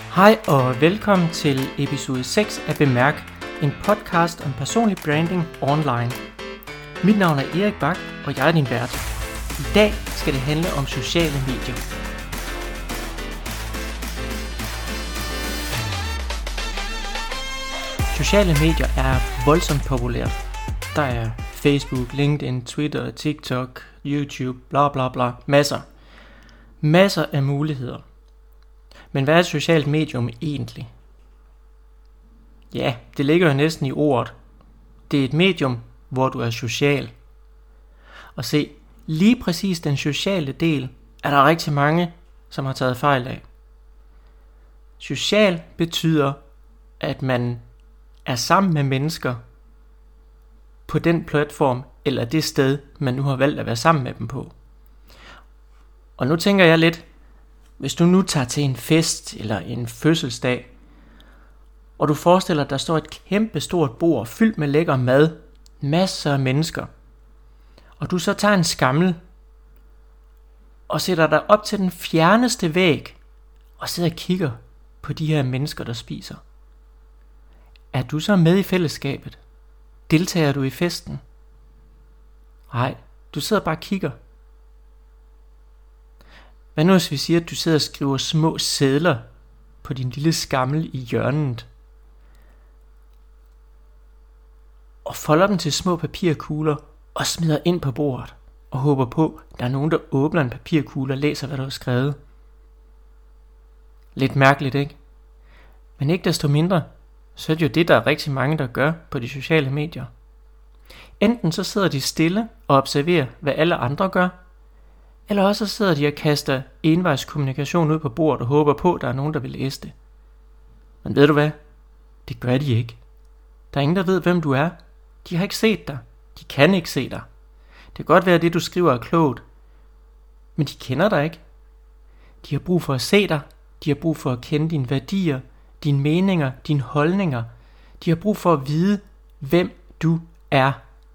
Hej og velkommen til episode 6 af Bemærk, en podcast om personlig branding online. Mit navn er Erik Bak, og jeg er din vært. I dag skal det handle om sociale medier. Sociale medier er voldsomt populært. Der er Facebook, LinkedIn, Twitter, TikTok, YouTube, bla bla bla, masser af muligheder. Men hvad er et socialt medium egentlig? Ja, det ligger jo næsten i ordet. Det er et medium, hvor du er social. Og se, lige præcis den sociale del er der rigtig mange, som har taget fejl af. Social betyder, at man er sammen med mennesker på den platform eller det sted, man nu har valgt at være sammen med dem på. Og nu tænker jeg lidt, hvis du nu tager til en fest eller en fødselsdag, og du forestiller dig, at der står et kæmpe stort bord fyldt med lækker mad, masser af mennesker, og du så tager en skammel og sætter dig op til den fjerneste væg og sidder og kigger på de her mennesker, der spiser. Er du så med i fællesskabet? Deltager du i festen? Nej, du sidder bare og kigger. Hvad nu hvis vi siger, at du sidder og skriver små sedler på din lille skammel i hjørnet, og folder dem til små papirkugler og smider ind på bordet og håber på, at der er nogen, der åbner en papirkugle og læser, hvad du har skrevet? Lidt mærkeligt, ikke? Men ikke desto mindre, så er det jo det, der er rigtig mange, der gør på de sociale medier. Enten så sidder de stille og observerer, hvad alle andre gør, eller også så sidder de og kaster envejskommunikation ud på bordet og håber på, at der er nogen, der vil læse det. Men ved du hvad? Det gør de ikke. Der er ingen, der ved, hvem du er. De har ikke set dig. De kan ikke se dig. Det kan godt være, at det, du skriver, er klogt. Men de kender dig ikke. De har brug for at se dig. De har brug for at kende dine værdier, dine meninger, dine holdninger. De har brug for at vide, hvem du er.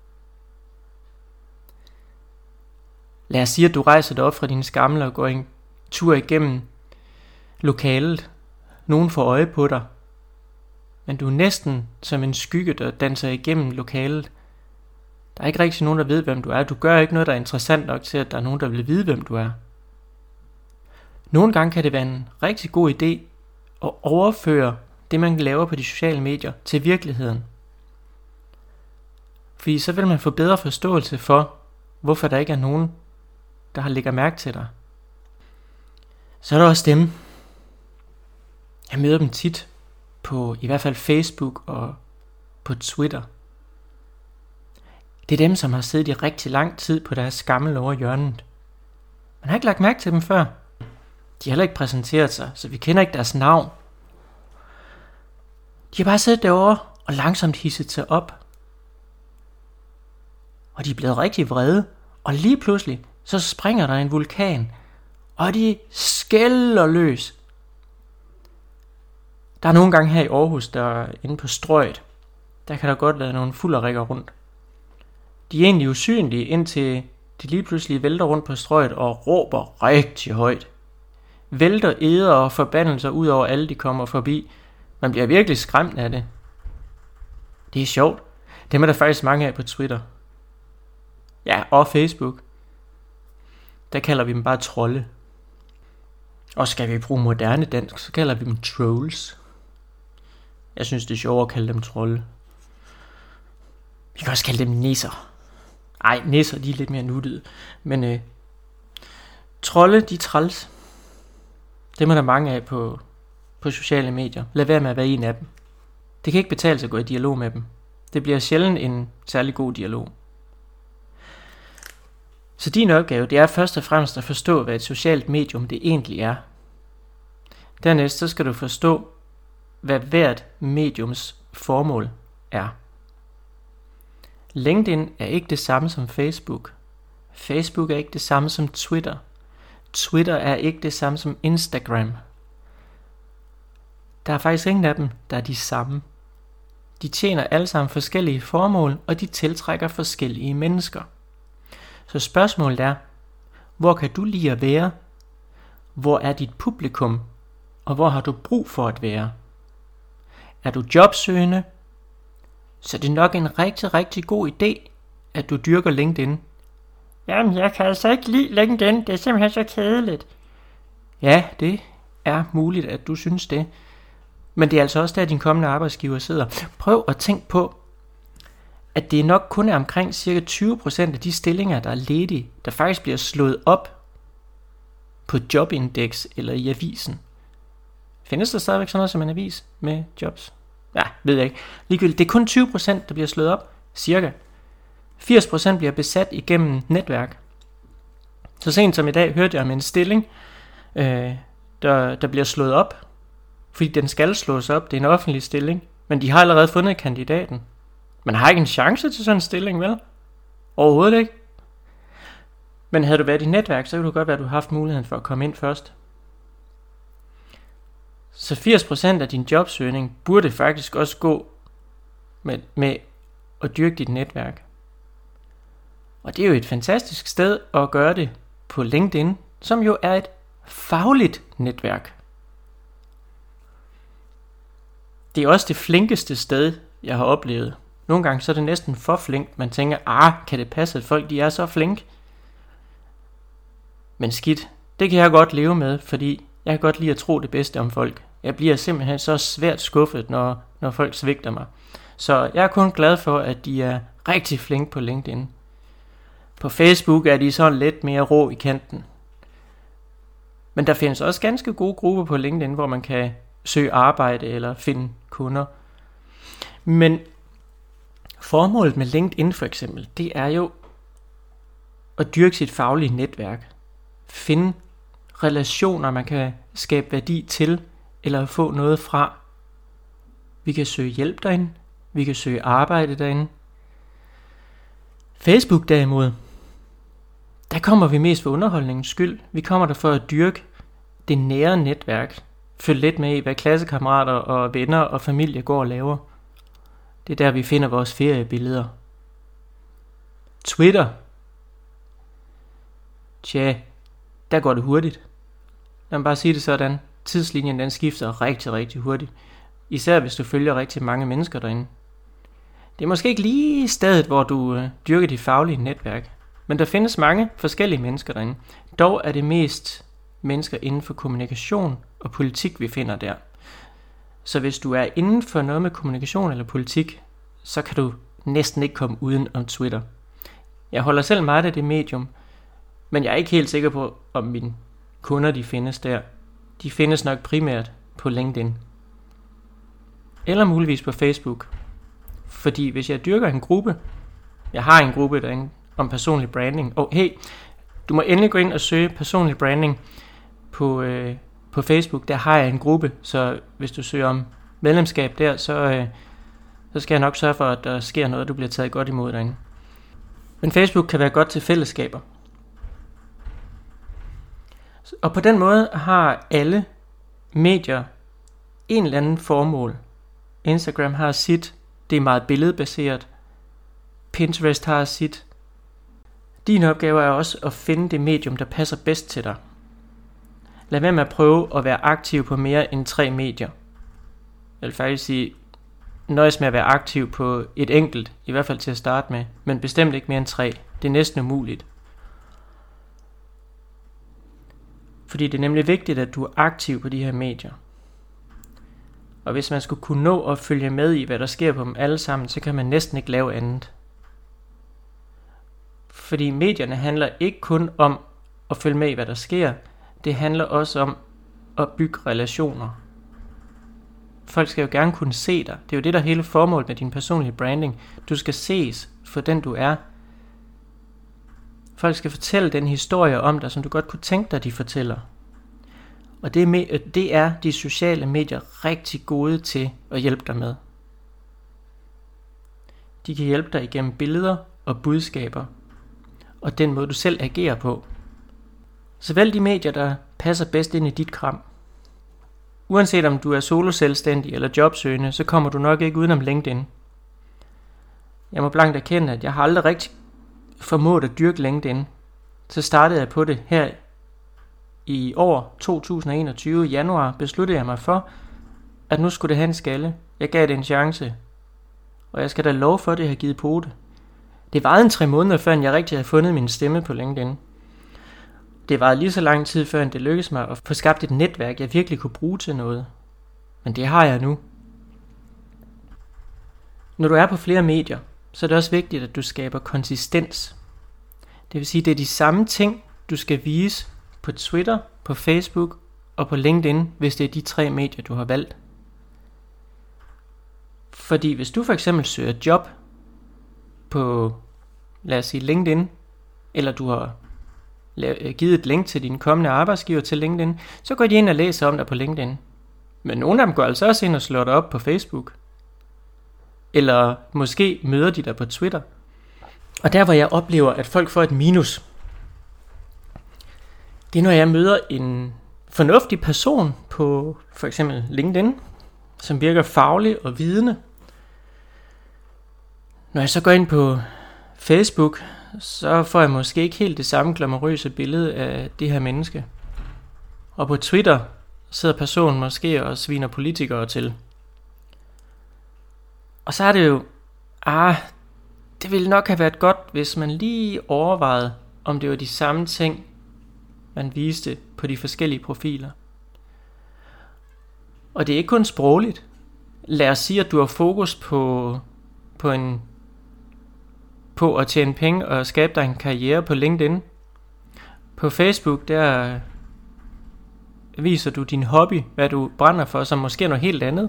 Lad os sige, at du rejser dig op fra dine skammel og går en tur igennem lokalet. Nogen får øje på dig. Men du er næsten som en skygge, der danser igennem lokalet. Der er ikke rigtig nogen, der ved, hvem du er. Du gør ikke noget, der er interessant nok til, at der er nogen, der vil vide, hvem du er. Nogle gange kan det være en rigtig god idé at overføre det, man laver på de sociale medier, til virkeligheden. Fordi så vil man få bedre forståelse for, hvorfor der ikke er nogen, der har lægger mærke til dig. Så er der også dem. Jeg møder dem tit på i hvert fald Facebook og på Twitter. Det er dem, som har siddet i rigtig lang tid på deres skammel over hjørnet. Man har ikke lagt mærke til dem før. De har heller ikke præsenteret sig, så vi kender ikke deres navn. De har bare siddet derovre og langsomt hisset sig op. Og de er blevet rigtig vrede, og lige pludselig så springer der en vulkan, og de skælder løs. Der er nogle gange her i Aarhus, der er inde på Strøget, der kan der godt være nogle fulderikker rundt. De er egentlig usynlige, indtil de lige pludselig vælter rundt på Strøget og råber rigtig højt. Vælter eder og forbandelser ud over alle, de kommer forbi. Man bliver virkelig skræmt af det. Det er sjovt. Dem er der faktisk mange af på Twitter. Ja, og Facebook. Der kalder vi dem bare trolde. Og skal vi bruge moderne dansk, så kalder vi dem trolls. Jeg synes, det er sjovt at kalde dem trolde. Vi kan også kalde dem nisser. Ej, nisser, de er lidt mere nuttede. Men trolde, de er træls. Dem er der mange af på sociale medier. Lad være med at være en af dem. Det kan ikke betale sig at gå i dialog med dem. Det bliver sjældent en særlig god dialog. Så din opgave, det er først og fremmest at forstå, hvad et socialt medium det egentlig er. Dernæst så skal du forstå, hvad hvert mediums formål er. LinkedIn er ikke det samme som Facebook. Facebook er ikke det samme som Twitter. Twitter er ikke det samme som Instagram. Der er faktisk ingen af dem, der er de samme. De tjener alle sammen forskellige formål, og de tiltrækker forskellige mennesker. Så spørgsmålet er, hvor kan du lide at være? Hvor er dit publikum? og hvor har du brug for at være? Er du jobsøgende, så det er nok en rigtig, rigtig god idé, at du dyrker LinkedIn. Jamen, jeg kan altså ikke lide LinkedIn, det er simpelthen så kedeligt. Ja, det er muligt, at du synes det. Men det er altså også der, din kommende arbejdsgiver sidder. Prøv at tænke på, at det nok kun er omkring cirka 20% af de stillinger, der er ledige, der faktisk bliver slået op på Jobindex eller i avisen. Findes der stadigvæk sådan noget som en avis med jobs? Ja, ved jeg ikke. Ligegyldigt, det er kun 20%, der bliver slået op, cirka. 80% bliver besat igennem netværk. Så sent som i dag hørte jeg om en stilling, der bliver slået op, fordi den skal slås op. Det er en offentlig stilling, men de har allerede fundet kandidaten. Man har ikke en chance til sådan en stilling, vel? Overhovedet ikke. Men havde du været i netværk, så kunne det godt være, at du har haft muligheden for at komme ind først. Så 80% af din jobsøgning burde faktisk også gå med at dyrke dit netværk. Og det er jo et fantastisk sted at gøre det på LinkedIn, som jo er et fagligt netværk. Det er også det flinkeste sted, jeg har oplevet. Nogle gange så er det næsten for flinkt. Man tænker, kan det passe, at folk de er så flinke? Men skidt, det kan jeg godt leve med, fordi jeg kan godt lide at tro det bedste om folk. Jeg bliver simpelthen så svært skuffet, når folk svigter mig. Så jeg er kun glad for, at de er rigtig flinke på LinkedIn. På Facebook er de sådan lidt mere rå i kanten. Men der findes også ganske gode grupper på LinkedIn, hvor man kan søge arbejde eller finde kunder. Men formålet med LinkedIn for eksempel, det er jo at dyrke sit faglige netværk. Finde relationer, man kan skabe værdi til, eller få noget fra. Vi kan søge hjælp derinde. Vi kan søge arbejde derinde. Facebook derimod, der kommer vi mest for underholdningens skyld. Vi kommer der for at dyrke det nære netværk. Følg lidt med i, hvad klassekammerater og venner og familie går og laver. Det er der, vi finder vores feriebilleder. Twitter. Tja, der går det hurtigt. Lad mig bare sige det sådan. Tidslinjen den skifter rigtig, rigtig hurtigt. Især hvis du følger rigtig mange mennesker derinde. Det er måske ikke lige stedet, hvor du dyrker dit faglige netværk. Men der findes mange forskellige mennesker derinde. Dog er det mest mennesker inden for kommunikation og politik, vi finder der. Så hvis du er inden for noget med kommunikation eller politik, så kan du næsten ikke komme uden om Twitter. Jeg holder selv meget af det medium, men jeg er ikke helt sikker på, om mine kunder de findes der. De findes nok primært på LinkedIn. Eller muligvis på Facebook. Fordi hvis jeg dyrker en gruppe, jeg har en gruppe derinde om personlig branding. Og hey, du må endelig gå ind og søge personlig branding på Facebook. Der har jeg en gruppe, så hvis du søger om medlemskab der, så skal jeg nok sørge for, at der sker noget, du bliver taget godt imod derinde. Men Facebook kan være godt til fællesskaber. Og på den måde har alle medier en eller anden formål. Instagram har sit, det er meget billedbaseret. Pinterest har sit. Din opgave er også at finde det medium, der passer bedst til dig. Lad være med at prøve at være aktiv på mere end 3 medier. Jeg vil faktisk sige, nøjes med at være aktiv på et enkelt, i hvert fald til at starte med, men bestemt ikke mere end 3. Det er næsten umuligt. Fordi det er nemlig vigtigt, at du er aktiv på de her medier. Og hvis man skulle kunne nå at følge med i, hvad der sker på dem alle sammen, så kan man næsten ikke lave andet. Fordi medierne handler ikke kun om at følge med i, hvad der sker. Det handler også om at bygge relationer. Folk skal jo gerne kunne se dig. Det er jo det, der er hele formålet med din personlige branding. Du skal ses for den, du er. Folk skal fortælle den historie om dig, som du godt kunne tænke dig, de fortæller. Og det er de sociale medier rigtig gode til at hjælpe dig med. De kan hjælpe dig igennem billeder og budskaber, og den måde, du selv agerer på. Så vælg de medier, der passer bedst ind i dit kram. Uanset om du er soloselvstændig eller jobsøgende, så kommer du nok ikke udenom LinkedIn. Jeg må blankt erkende, at jeg har aldrig rigtig formået at dyrke LinkedIn. Så startede jeg på det her i år 2021 i januar besluttede jeg mig for, at nu skulle det have en skalle. Jeg gav det en chance, og jeg skal da love for, at det har givet pote. Det varede en 3 måneder, før jeg rigtig havde fundet min stemme på LinkedIn. Det varede lige så lang tid, før det lykkedes mig at få skabt et netværk, jeg virkelig kunne bruge til noget. Men det har jeg nu. Når du er på flere medier, så er det også vigtigt, at du skaber konsistens. Det vil sige, at det er de samme ting, du skal vise på Twitter, på Facebook og på LinkedIn, hvis det er de 3 medier, du har valgt. Fordi hvis du for eksempel søger job på, lad os sige LinkedIn, eller du har givet et link til din kommende arbejdsgiver til LinkedIn, så går de ind og læser om dig på LinkedIn. Men nogle af dem går altså også ind og slår dig op på Facebook. Eller måske møder de dig på Twitter. Og der hvor jeg oplever, at folk får et minus, det er når jeg møder en fornuftig person på for eksempel LinkedIn, som virker faglig og vidende. Når jeg så går ind på Facebook, så får jeg måske ikke helt det samme glamourøse billede af det her menneske. Og på Twitter sidder personen måske og sviner politikere til. Og så er det jo, det ville nok have været godt, hvis man lige overvejede, om det var de samme ting, man viste på de forskellige profiler. Og det er ikke kun sprogligt. Lad os sige, at du har fokus på at tjene penge og skabe dig en karriere på LinkedIn. På Facebook, der viser du din hobby, hvad du brænder for, som måske er noget helt andet.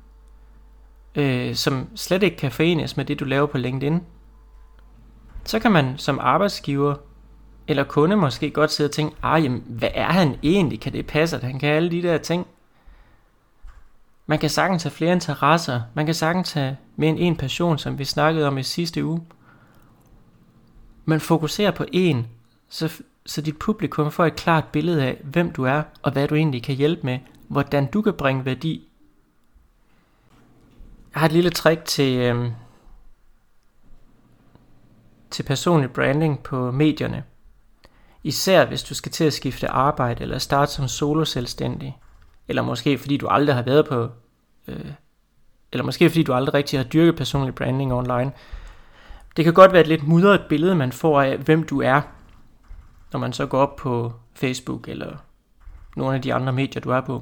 Som slet ikke kan forenes med det, du laver på LinkedIn. Så kan man som arbejdsgiver eller kunde måske godt sidde og tænke, jamen, hvad er han egentlig? Kan det passe, at han kan alle de der ting? Man kan sagtens have flere interesser. Man kan sagtens have mere end en passion, som vi snakkede om i sidste uge. Man fokuserer på en, så dit publikum får et klart billede af, hvem du er, og hvad du egentlig kan hjælpe med, hvordan du kan bringe værdi. Jeg har et lille trick til personlig branding på medierne. Især hvis du skal til at skifte arbejde, eller starte som solo-selvstændig. Eller måske fordi du aldrig har været på, eller måske fordi du aldrig rigtig har dyrket personlig branding online. Det kan godt være et lidt mudret billede, man får af, hvem du er, når man så går op på Facebook, eller nogle af de andre medier, du er på.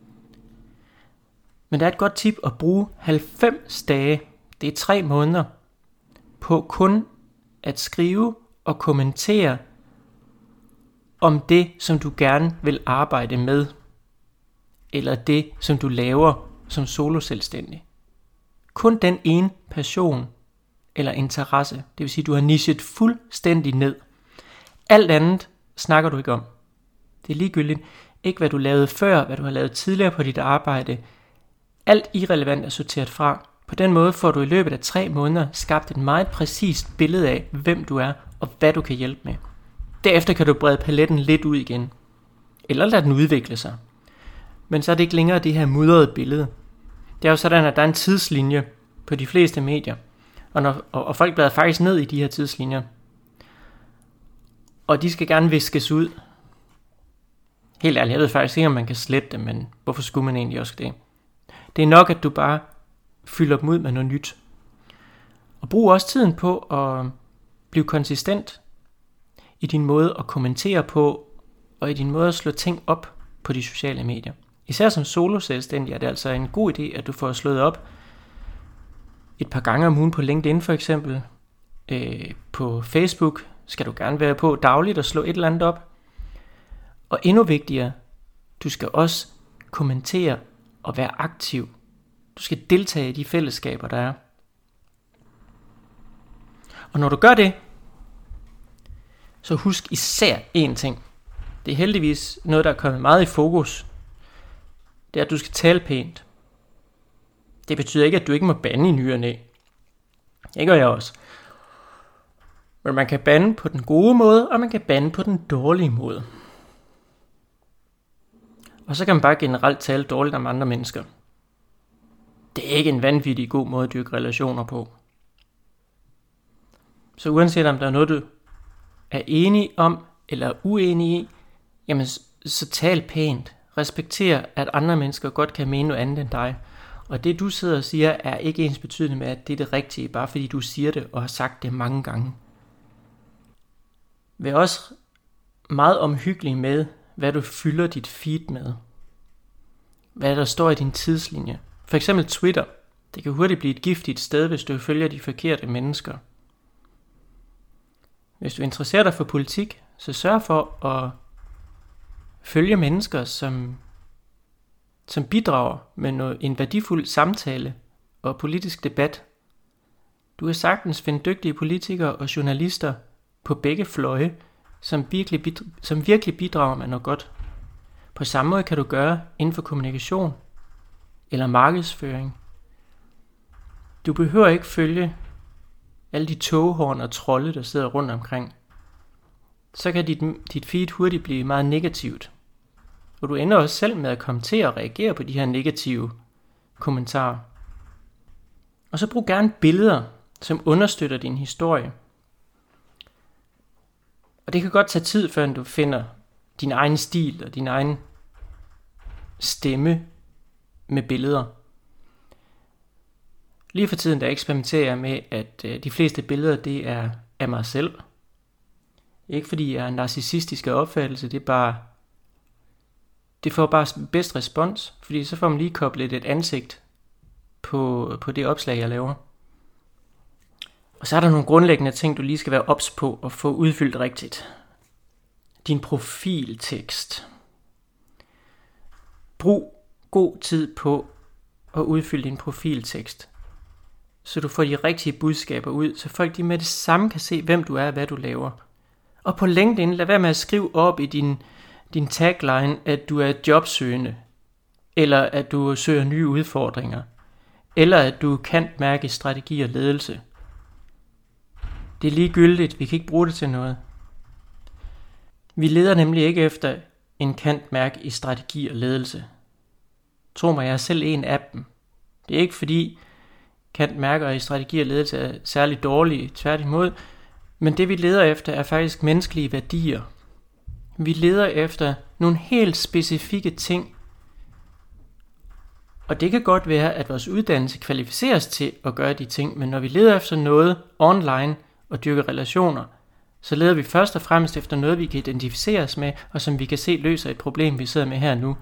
Men der er et godt tip at bruge 90 dage, det er 3 måneder, på kun at skrive og kommentere om det, som du gerne vil arbejde med, eller det, som du laver som solo-selvstændig. Kun den ene passion eller interesse, det vil sige, du har nichet fuldstændig ned. Alt andet snakker du ikke om. Det er ligegyldigt. Ikke hvad du lavede før, hvad du har lavet tidligere på dit arbejde. Alt irrelevant er sorteret fra. På den måde får du i løbet af 3 måneder skabt et meget præcist billede af, hvem du er og hvad du kan hjælpe med. Derefter kan du brede paletten lidt ud igen. Eller lade den udvikle sig. Men så er det ikke længere det her mudrede billede. Det er jo sådan, at der er en tidslinje på de fleste medier. Og folk bladrer faktisk ned i de her tidslinjer. Og de skal gerne viskes ud. Helt ærligt, jeg ved faktisk ikke, om man kan slette dem, men hvorfor skulle man egentlig også det? Det er nok, at du bare fylder dem ud med noget nyt. Og brug også tiden på at blive konsistent i din måde at kommentere på, og i din måde at slå ting op på de sociale medier. Især som solo-selvstændig er det altså en god idé, at du får slået op et par gange om ugen på LinkedIn for eksempel. På Facebook skal du gerne være på dagligt og slå et eller andet op. Og endnu vigtigere, du skal også kommentere og være aktiv. Du skal deltage i de fællesskaber, der er. Og når du gør det, så husk især én ting. Det er heldigvis noget, der er kommet meget i fokus. Det er, at du skal tale pænt. Det betyder ikke, at du ikke må bande i ny og næ. Det gør jeg også. Men man kan bande på den gode måde, og man kan bande på den dårlige måde. Og så kan man bare generelt tale dårligt om andre mennesker. Det er ikke en vanvittig god måde at dyrke relationer på. Så uanset om der er noget, du er enig om eller uenig i, jamen så tal pænt. Respekter, at andre mennesker godt kan mene noget andet end dig. Og det du sidder og siger, er ikke ens betydende med, at det er det rigtige, bare fordi du siger det og har sagt det mange gange. Vær også meget omhyggelig med, hvad du fylder dit feed med. Hvad der står i din tidslinje. For eksempel Twitter. Det kan hurtigt blive et giftigt sted, hvis du følger de forkerte mennesker. Hvis du interesserer dig for politik, så sørg for at følge mennesker, som bidrager med en værdifuld samtale og politisk debat. Du kan sagtens finde dygtige politikere og journalister på begge fløje, som virkelig bidrager med noget godt. På samme måde kan du gøre inden for kommunikation eller markedsføring. Du behøver ikke følge alle de tågehorn og trolde, der sidder rundt omkring. Så kan dit feed hurtigt blive meget negativt. Og du ender også selv med at kommentere og reagere på de her negative kommentarer. Og så brug gerne billeder, som understøtter din historie. Og det kan godt tage tid, før du finder din egen stil og din egen stemme med billeder. Lige for tiden der eksperimenterer jeg med, at de fleste billeder det er af mig selv. Ikke fordi jeg er narcissistisk opfattelse, det får bare bedst respons, fordi så får man lige koblet et ansigt på det opslag, jeg laver. Og så er der nogle grundlæggende ting, du lige skal være ops på og få udfyldt rigtigt. Din profiltekst. Brug god tid på at udfylde din profiltekst, så du får de rigtige budskaber ud, så folk de med det samme kan se, hvem du er og hvad du laver. Og på LinkedIn, lad være med at skrive op i din tagline, at du er jobsøgende, eller at du søger nye udfordringer, eller at du kan mærke strategi og ledelse. Det er ligegyldigt, vi kan ikke bruge det til noget. Vi leder nemlig ikke efter en kantmærke i strategi og ledelse. Tro mig, jeg er selv en af dem. Det er ikke fordi kantmærker i strategi og ledelse er særlig dårlige, tværtimod, men det vi leder efter er faktisk menneskelige værdier. Vi leder efter nogle helt specifikke ting. Og det kan godt være, at vores uddannelse kvalificeres til at gøre de ting, men når vi leder efter noget online og dyrker relationer, så leder vi først og fremmest efter noget, vi kan identificere os med, og som vi kan se løser et problem, vi sidder med her nu.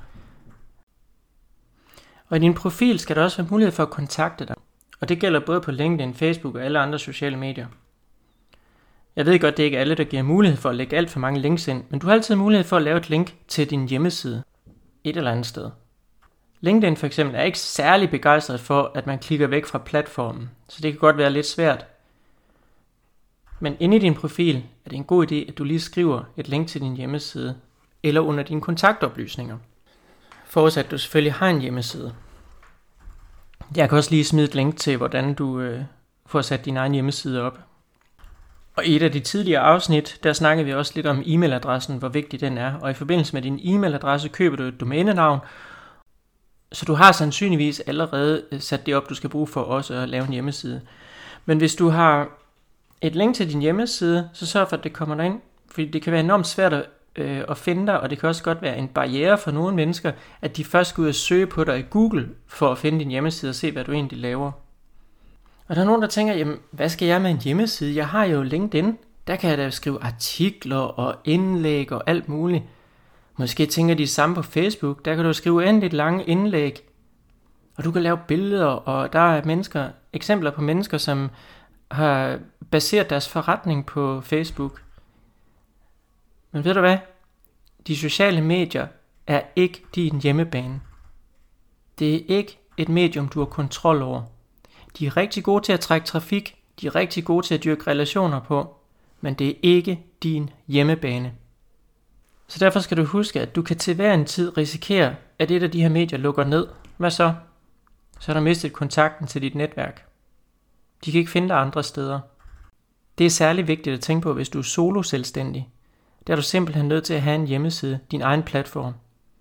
Og i din profil skal der også være mulighed for at kontakte dig. Og det gælder både på LinkedIn, Facebook og alle andre sociale medier. Jeg ved godt, det er ikke alle, der giver mulighed for at lægge alt for mange links ind, men du har altid mulighed for at lave et link til din hjemmeside et eller andet sted. LinkedIn for eksempel er ikke særlig begejstret for, at man klikker væk fra platformen, så det kan godt være lidt svært. Men inde i din profil er det en god idé, at du lige skriver et link til din hjemmeside, eller under dine kontaktoplysninger. Forudsat du selvfølgelig har en hjemmeside. Jeg kan også lige smide et link til, hvordan du får sat din egen hjemmeside op. Og i et af de tidligere afsnit, der snakkede vi også lidt om e-mailadressen, hvor vigtig den er. Og i forbindelse med din e-mailadresse køber du et domænenavn, så du har sandsynligvis allerede sat det op, du skal bruge for også at lave en hjemmeside. Men hvis du har et link til din hjemmeside, så sørg for, at det kommer derind. Fordi det kan være enormt svært at finde dig, og det kan også godt være en barriere for nogle mennesker, at de først skal ud og søge på dig i Google, for at finde din hjemmeside og se, hvad du egentlig laver. Og der er nogen, der tænker, jamen, hvad skal jeg med en hjemmeside? Jeg har jo LinkedIn. Der kan jeg da skrive artikler og indlæg og alt muligt. Måske tænker de samme på Facebook. Der kan du skrive endeligt lange indlæg. Og du kan lave billeder, og der er eksempler på mennesker, som har baseret deres forretning på Facebook. Men ved du hvad? De sociale medier er ikke din hjemmebane. Det er ikke et medium, du har kontrol over. De er rigtig gode til at trække trafik, de er rigtig gode til at dyrke relationer på, men det er ikke din hjemmebane. Så derfor skal du huske, at du kan til hver en tid risikere, at et af de her medier lukker ned. Hvad så? Så har du mistet kontakten til dit netværk. De kan ikke finde dig andre steder. Det er særlig vigtigt at tænke på, hvis du er solo-selvstændig. Der er du simpelthen nødt til at have en hjemmeside, din egen platform.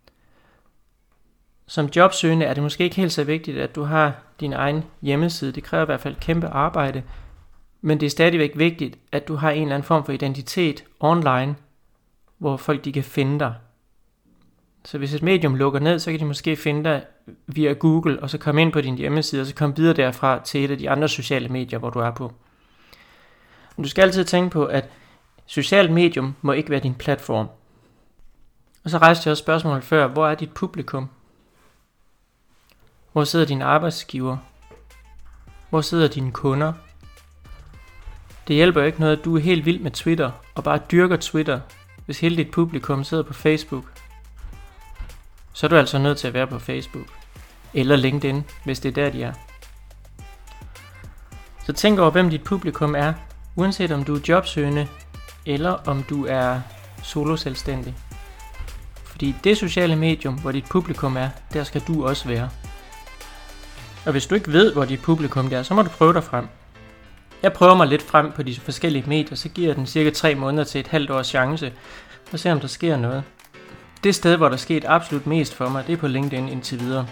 Som jobsøgende er det måske ikke helt så vigtigt, at du har din egen hjemmeside. Det kræver i hvert fald kæmpe arbejde. Men det er stadigvæk vigtigt, at du har en eller anden form for identitet online, hvor folk de kan finde dig. Så hvis et medium lukker ned, så kan de måske finde dig via Google, og så komme ind på din hjemmeside, og så komme videre derfra til et af de andre sociale medier, hvor du er på. Men du skal altid tænke på, at socialt medium må ikke være din platform. Og så rejste jeg også spørgsmålet før, hvor er dit publikum? Hvor sidder dine arbejdsgiver? Hvor sidder dine kunder? Det hjælper jo ikke noget, at du er helt vild med Twitter, og bare dyrker Twitter, hvis hele dit publikum sidder på Facebook. Så er du altså nødt til at være på Facebook. Eller LinkedIn, hvis det er der, de er. Så tænk over, hvem dit publikum er, uanset om du er jobsøgende, eller om du er soloselvstændig. Fordi det sociale medium, hvor dit publikum er, der skal du også være. Og hvis du ikke ved, hvor dit publikum er, så må du prøve dig frem. Jeg prøver mig lidt frem på de forskellige medier, så giver jeg den cirka 3 måneder til et halvt års chance, og se om der sker noget. Det sted, hvor der skete absolut mest for mig, det er på LinkedIn indtil videre.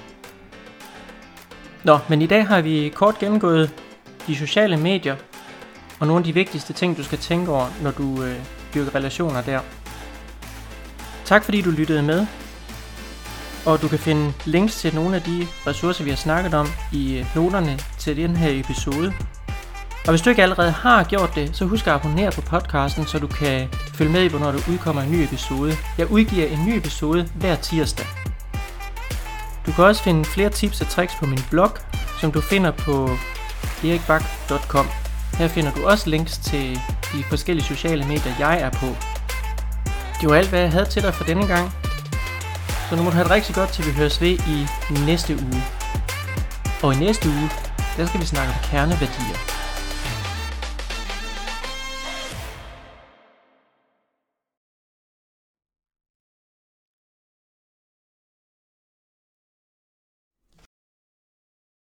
Nå, men i dag har vi kort gennemgået de sociale medier, og nogle af de vigtigste ting, du skal tænke over, når du bygger relationer der. Tak fordi du lyttede med, og du kan finde links til nogle af de ressourcer, vi har snakket om i noterne til den her episode. Og hvis du ikke allerede har gjort det, så husk at abonnere på podcasten, så du kan følge med i, hvornår der udkommer en ny episode. Jeg udgiver en ny episode hver tirsdag. Du kan også finde flere tips og tricks på min blog, som du finder på erikbak.com. Her finder du også links til de forskellige sociale medier, jeg er på. Det var alt, hvad jeg havde til dig for denne gang. Så nu må du have det rigtig godt, til vi høres ved i næste uge. Og i næste uge, der skal vi snakke om kerneværdier.